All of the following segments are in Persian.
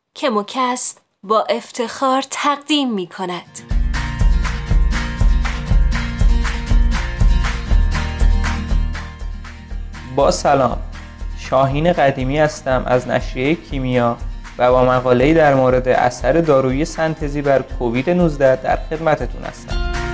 که موکست با افتخار تقدیم می کند. با سلام، شاهین قدیمی هستم از نشریه کیمیا و با مقاله‌ای در مورد اثر دارویی سنتزی بر کووید 19 در خدمتتون هستم.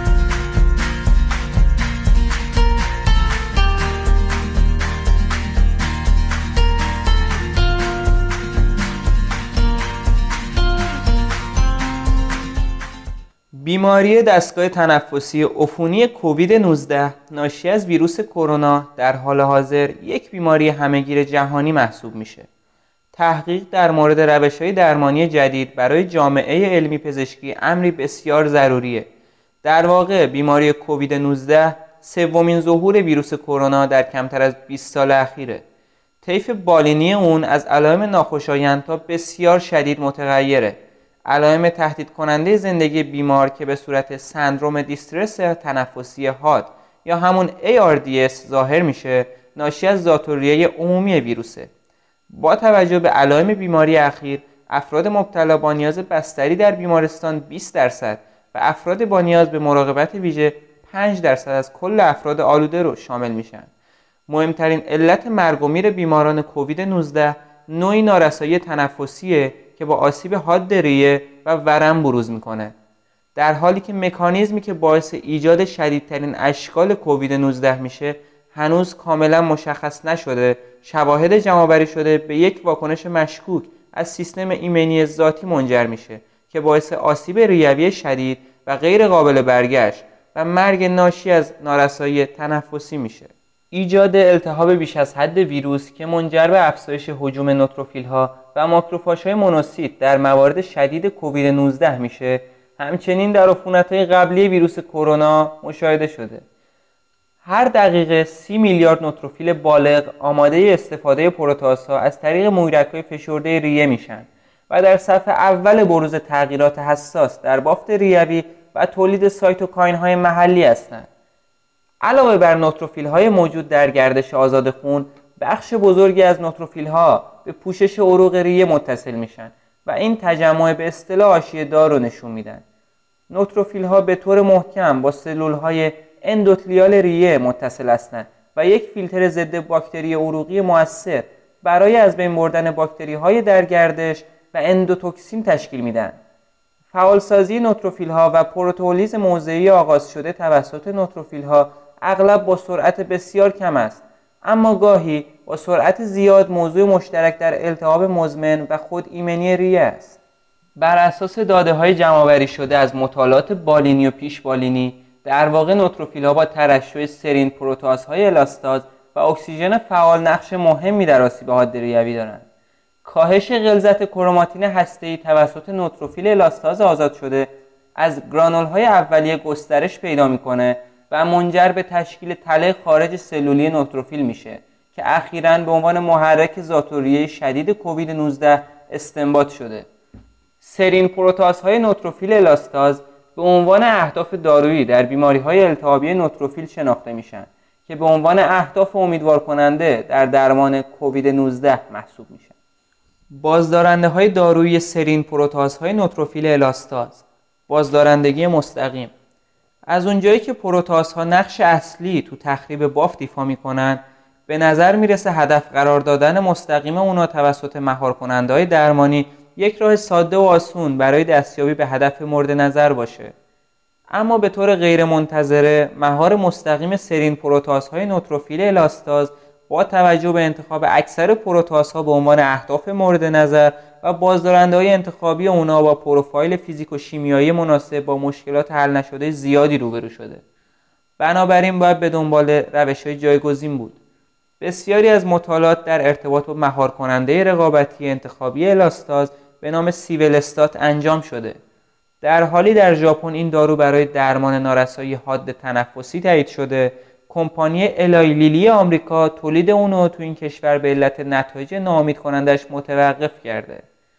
بیماری دستگاه تنفسی عفونی کووید 19 ناشی از ویروس کرونا در حال حاضر یک بیماری همهگیر جهانی محسوب میشه. تحقیق در مورد روش‌های درمانی جدید برای جامعه علمی پزشکی امری بسیار ضروریه. در واقع بیماری کووید 19 سومین ظهور ویروس کرونا در کمتر از 20 سال اخیره. طیف بالینی اون از علائم ناخوشایند تا بسیار شدید متغیره. علائم تهدید کننده زندگی بیمار که به صورت سندروم دیسترس تنفسی حاد یا همون ARDS ظاهر میشه ناشی از ذات‌الریه عمومی ویروسه. با توجه به علائم بیماری اخیر، افراد مبتلا با نیاز بستری در بیمارستان 20% و افراد با نیاز به مراقبت ویژه 5% از کل افراد آلوده رو شامل میشن. مهمترین علت مرگ و میر بیماران کووید 19 نوعی نارسایی تنفسیه که با آسیب حاد ریه و ورم بروز میکنه. در حالی که مکانیزمی که باعث ایجاد شدیدترین اشکال کووید 19 میشه هنوز کاملا مشخص نشده، شواهد جمع‌آوری شده به یک واکنش مشکوک از سیستم ایمنی ذاتی منجر میشه که باعث آسیب ریوی شدید و غیر قابل برگشت و مرگ ناشی از نارسایی تنفسی میشه. ایجاد التهاب بیش از حد ویروس که منجر به افزایش هجوم نوتروفیل‌ها و ماکروفاژهای مونوسیت در موارد شدید کووید 19 میشه، همچنین در عفونت‌های قبلی ویروس کرونا مشاهده شده. هر دقیقه 30 میلیارد نوتروفیل بالغ آماده استفاده پروتئازها از طریق مویرک‌های فشرده ریه میشن و در صف اول بروز تغییرات حساس در بافت ریوی و تولید سایتوکاین‌های محلی هستند. علاوه بر نوتروفیل‌های موجود در گردش آزاد خون، بخش بزرگی از نوتروفیل‌ها به پوشش عروق ریه متصل میشن و این تجمع به اصطلاح حاشیه دار رو نشون میدن. نوتروفیل‌ها به طور محکم با سلول‌های اندوتلیال ریه متصل هستند و یک فیلتر ضد باکتری عروقی مؤثر برای از بین بردن باکتری‌های در گردش و اندوتوکسین تشکیل میدن. فعالسازی نوتروفیل‌ها و پروتئولیز موضعی آغاز شده توسط نوتروفیل‌ها اغلب با سرعت بسیار کم است، اما گاهی با سرعت زیاد موضوع مشترک در التهاب مزمن و خود ایمنی ریه است. بر اساس داده‌های جمع‌آوری شده از مطالعات بالینی و پیش بالینی، در واقع نوتروفیل‌ها با ترشح سرین پروتئازهای الاستاز و اکسیژن فعال نقش مهمی در آسیب حاد ریوی دارند. کاهش غلظت کروماتین هسته‌ای توسط نوتروفیل الاستاز آزاد شده از گرانول‌های اولیه گسترش پیدا می‌کنه و منجر به تشکیل تله خارج سلولی نوتروفیل میشه که اخیراً به عنوان محرک ذات‌الریه شدید کووید 19 استنباط شده. سرین پروتئازهای نوتروفیل الاستاز به عنوان اهداف دارویی در بیماری‌های التهابی نوتروفیل شناخته میشن که به عنوان اهداف امیدوار کننده در درمان کووید 19 محسوب میشن. بازدارنده‌های دارویی سرین پروتئازهای نوتروفیل الاستاز. بازدارندگی مستقیم. از اونجایی که پروتئازها نقش اصلی تو تخریب بافت ایفا میکنن، به نظر میرسه هدف قرار دادن مستقیم اونا توسط مهار کننده‌های درمانی یک راه ساده و آسون برای دستیابی به هدف مورد نظر باشه. اما به طور غیر منتظره مهار مستقیم سرین پروتئازهای نوتروفیل الاستاز با توجه به انتخاب اکثر پروتئازها به عنوان اهداف مورد نظر و بازدارنده‌های انتخابی اونا با پروفایل فیزیک و شیمیایی مناسب با مشکلات حل نشده زیادی روبرو شده. بنابراین باید به دنبال روش‌های جایگزین بود. بسیاری از مطالعات در ارتباط با مهار کننده رقابتی انتخابی الاستاز به نام سیولستات انجام شده. در حالی در ژاپن این دارو برای درمان نارسایی حاد تنفسی تایید شده، کمپانی الای لیلی آمریکا تولید اونو تو این کشور به علت نتایج ناامید کنندش متوقف کرده.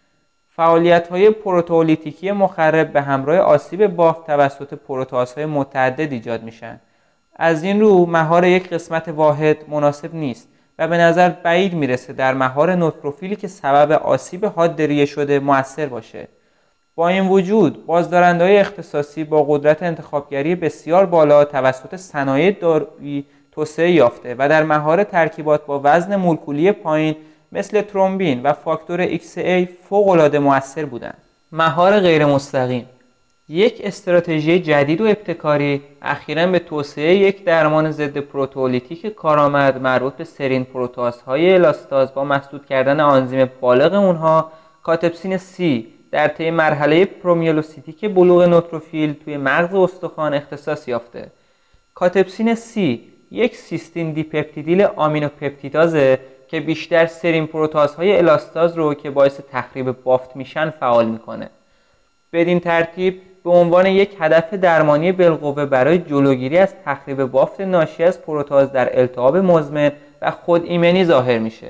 فعالیت‌های پروتئولیتیکی مخرب به همراه آسیب بافت توسط پروتئازهای متعدد ایجاد میشن. از این رو مهار یک قسمت واحد مناسب نیست و به نظر بعید میرسه در مهار نوتروفیلی که سبب آسیب حاد ریه شده مؤثر باشه. با این وجود بازدارنده‌های اختصاصی با قدرت انتخابگری بسیار بالا توسط صنایع دارویی توسعه یافته و در مهار ترکیبات با وزن مولکولی پایین مثل ترومبین و فاکتور XA فوق‌العاده مؤثر بودند. مهار غیر مستقیم یک استراتژی جدید و ابتکاری اخیراً به توسعه یک درمان ضد پروتئولیتیک کارآمد مربوط به سرین پروتئازهای الاستاز با مسدود کردن آنزیم بالغ اونها کاتپسین C در طی مرحله پرومیولوسیتیک بلوغ نوتروفیل توی مغز استخوان اختصاص یافته. کاتپسین C یک سیستین دیپپتیدیل آمینوپپتیدازه که بیشتر سرین پروتئازهای الاستاز رو که باعث تخریب بافت میشن فعال میکنه. بدین ترتیب به عنوان یک هدف درمانی بالقوه برای جلوگیری از تخریب بافت ناشی از پروتئاز در التهاب مزمن و خود ایمنی ظاهر میشه.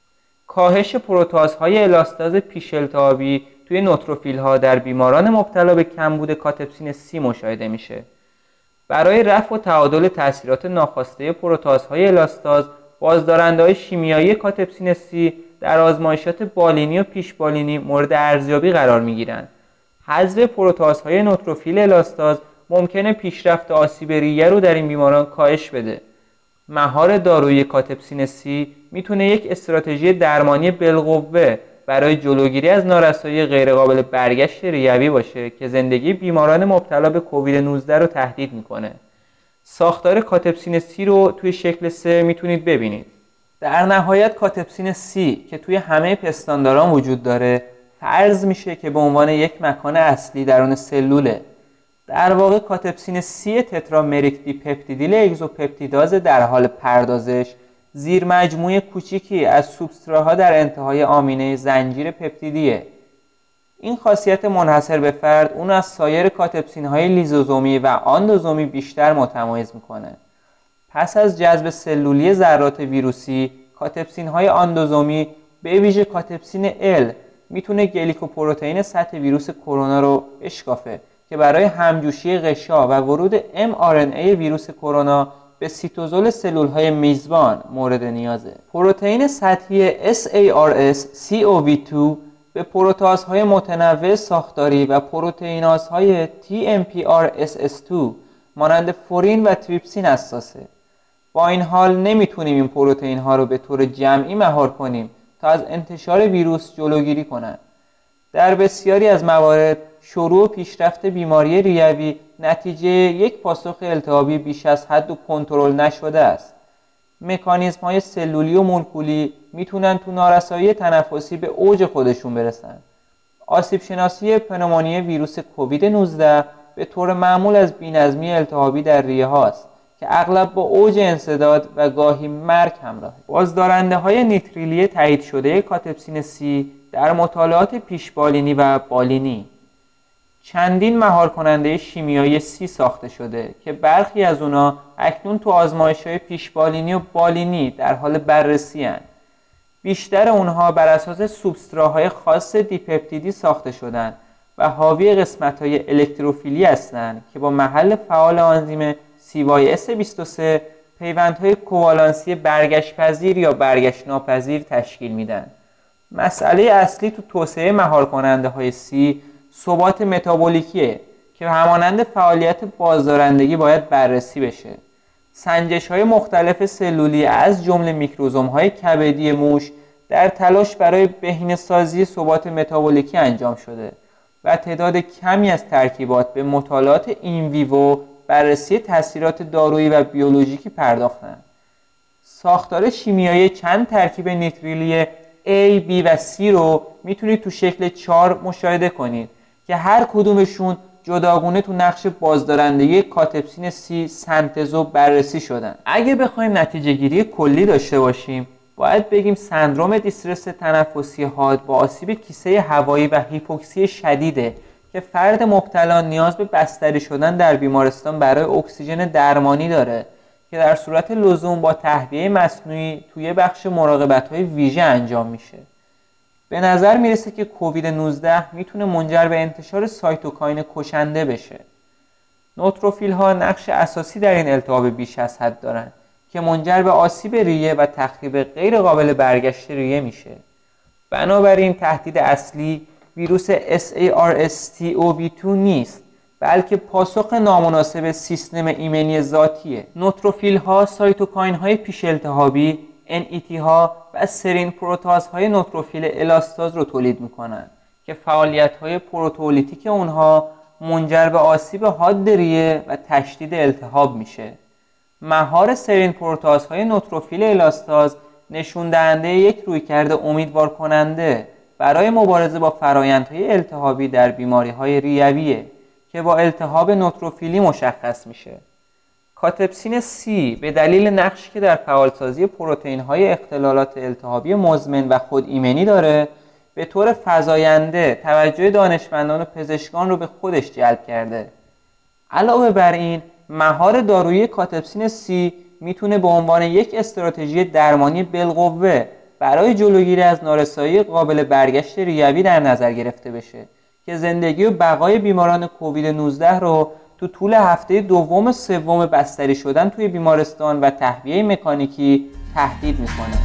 کاهش پروتئازهای الاستاز پیش التهابی توی نوتروفیل ها در بیماران مبتلا به کمبود کاتپسین C مشاهده میشه. برای رفع و تعادل تاثیرات ناخواسته پروتئازهای الاستاز، بازدارنده‌های شیمیایی کاتپسین C در آزمایشات بالینی و پیش بالینی مورد ارزیابی قرار میگیرند. حذف پروتئازهای نوتروفیل الاستاز ممکنه پیشرفت آسیب ریه رو در این بیماران کاهش بده. مهار دارویی کاتپسین C میتونه یک استراتژی درمانی بالقوه برای جلوگیری از نارسایی غیرقابل برگشت ریوی باشه که زندگی بیماران مبتلا به کووید 19 رو تهدید میکنه. ساختار کاتپسین C رو توی شکل 3 میتونید ببینید. در نهایت کاتپسین C که توی همه پستانداران وجود داره فرض میشه که به عنوان یک مکان اصلی درون سلوله. در واقع کاتپسین C تترامریک دیپپتیدیل اگزوپپتیداز در حال پردازش زیر مجموعه کوچیکی از سوبستراها در انتهای آمینه زنجیر پپتیدیه. این خاصیت منحصر به فرد اون از سایر کاتپسین های لیزوزومی و آندوزومی بیشتر متمایز میکنه. پس از جذب سلولی ذرات ویروسی، کاتپسین های آندوزومی به ویژه کاتپسین L میتونه گلیکوپروتئین سطح ویروس کرونا رو بشکافه که برای همجوشی غشا و ورود mRNA ویروس کرونا به سیتوزول سلول‌های میزبان مورد نیازه. پروتئین سطحی SARS-CoV2 به پروتئازهای متنوع ساختاری و پروتئینازهای TMPRSS2 مانند فورین و تریپسین اساسه. با این حال نمیتونیم این پروتئین ها رو به طور جمعی مهار کنیم تا از انتشار ویروس جلوگیری کنند. در بسیاری از موارد شروع و پیشرفت بیماری ریوی نتیجه یک پاسخ التهابی بیش از حد و کنترل نشده است. مکانیزم های سلولی و مولکولی میتونن تو نارسایی تنفسی به اوج خودشون برسن. آسیب شناسی پنومونی ویروس کووید 19 به طور معمول از بی‌نظمی التهابی در ریه هاست که اغلب با اوج انسداد و گاهی مرگ همراهه. بازدارنده های نیتریلی تایید شده کاتپسین C در مطالعات پیشبالینی و بالینی چندین مهار کننده شیمیایی C ساخته شده که برخی از اونا اکنون تو آزمایش‌های پیشبالینی و بالینی در حال بررسی هستند. بیشتر اونها بر اساس سوبستراهای خاص دیپپتیدی ساخته شدن و حاوی قسمت‌های الکتروفیلی هستند که با محل فعال آنزیم CYS23 پیوندهای کوالانسی برگشت پذیر یا برگشت ناپذیر تشکیل میدن. مسئله اصلی تو توسعه مهار کننده های C ثبات متابولیکیه که همانند فعالیت بازدارندگی باید بررسی بشه. سنجش های مختلف سلولی از جمله میکروزوم های کبدی موش در تلاش برای بهینه‌سازی ثبات متابولیکی انجام شده و تعداد کمی از ترکیبات به مطالعات این ویوو بررسی تاثیرات دارویی و بیولوژیکی پرداختند. ساختار شیمیایی چند ترکیب نیتریلی A, B و C رو میتونید تو شکل 4 مشاهده کنید که هر کدومشون جداگونه تو نقش بازدارندگی کاتپسین C سنتز و بررسی شدن. اگه بخوایم نتیجه گیری کلی داشته باشیم باید بگیم سندروم دیسترس تنفسی حاد با آسیب کیسه هوایی و هیپوکسی شدیده که فرد مبتلا نیاز به بستری شدن در بیمارستان برای اکسیژن درمانی داره که در صورت لزوم با تهویه مصنوعی توی بخش مراقبت‌های ویژه انجام میشه. به نظر میرسه که کووید 19 میتونه منجر به انتشار سایتوکاین کشنده بشه. نوتروفیل ها نقش اساسی در این التهاب بیش از حد دارن که منجر به آسیب ریه و تخریب غیر قابل برگشت ریه میشه. بنابراین تهدید اصلی ویروس SARS-CoV-2 نیست، بلکه پاسخ نامناسب سیستم ایمنی ذاتیه. نوتروفیل ها سایتوکاین های پیش التهابی، NET ها و سرین پروتاز های نوتروفیل الاستاز رو تولید میکنن که فعالیت های پروتئولیتیک اونها منجر به آسیب حاد ریه و تشدید التهاب میشه. مهار سرین پروتاز های نوتروفیل الاستاز نشون دهنده یک رویکرد امیدوار کننده برای مبارزه با فرآیندهای التهابی در بیماری‌های ریویه که با التهاب نوتروفیلی مشخص میشه. کاتپسین C به دلیل نقشی که در فعالسازی پروتئین‌های اختلالات التهابی مزمن و خود ایمنی داره، به طور فزاینده توجه دانشمندان و پزشکان رو به خودش جلب کرده. علاوه بر این، مهار دارویی کاتپسین C میتونه به عنوان یک استراتژی درمانی بالقوه برای جلوگیری از نارسایی قابل برگشت ریوی در نظر گرفته بشه که زندگی و بقای بیماران کووید 19 رو تو طول هفته دوم و سوم بستری شدن توی بیمارستان و تهویه مکانیکی تهدید میکنه.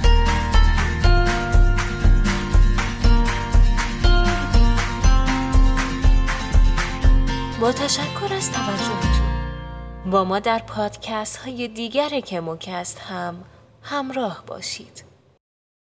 با تشکر از توجهتون. با ما در پادکست های دیگر کموکست هم همراه باشید.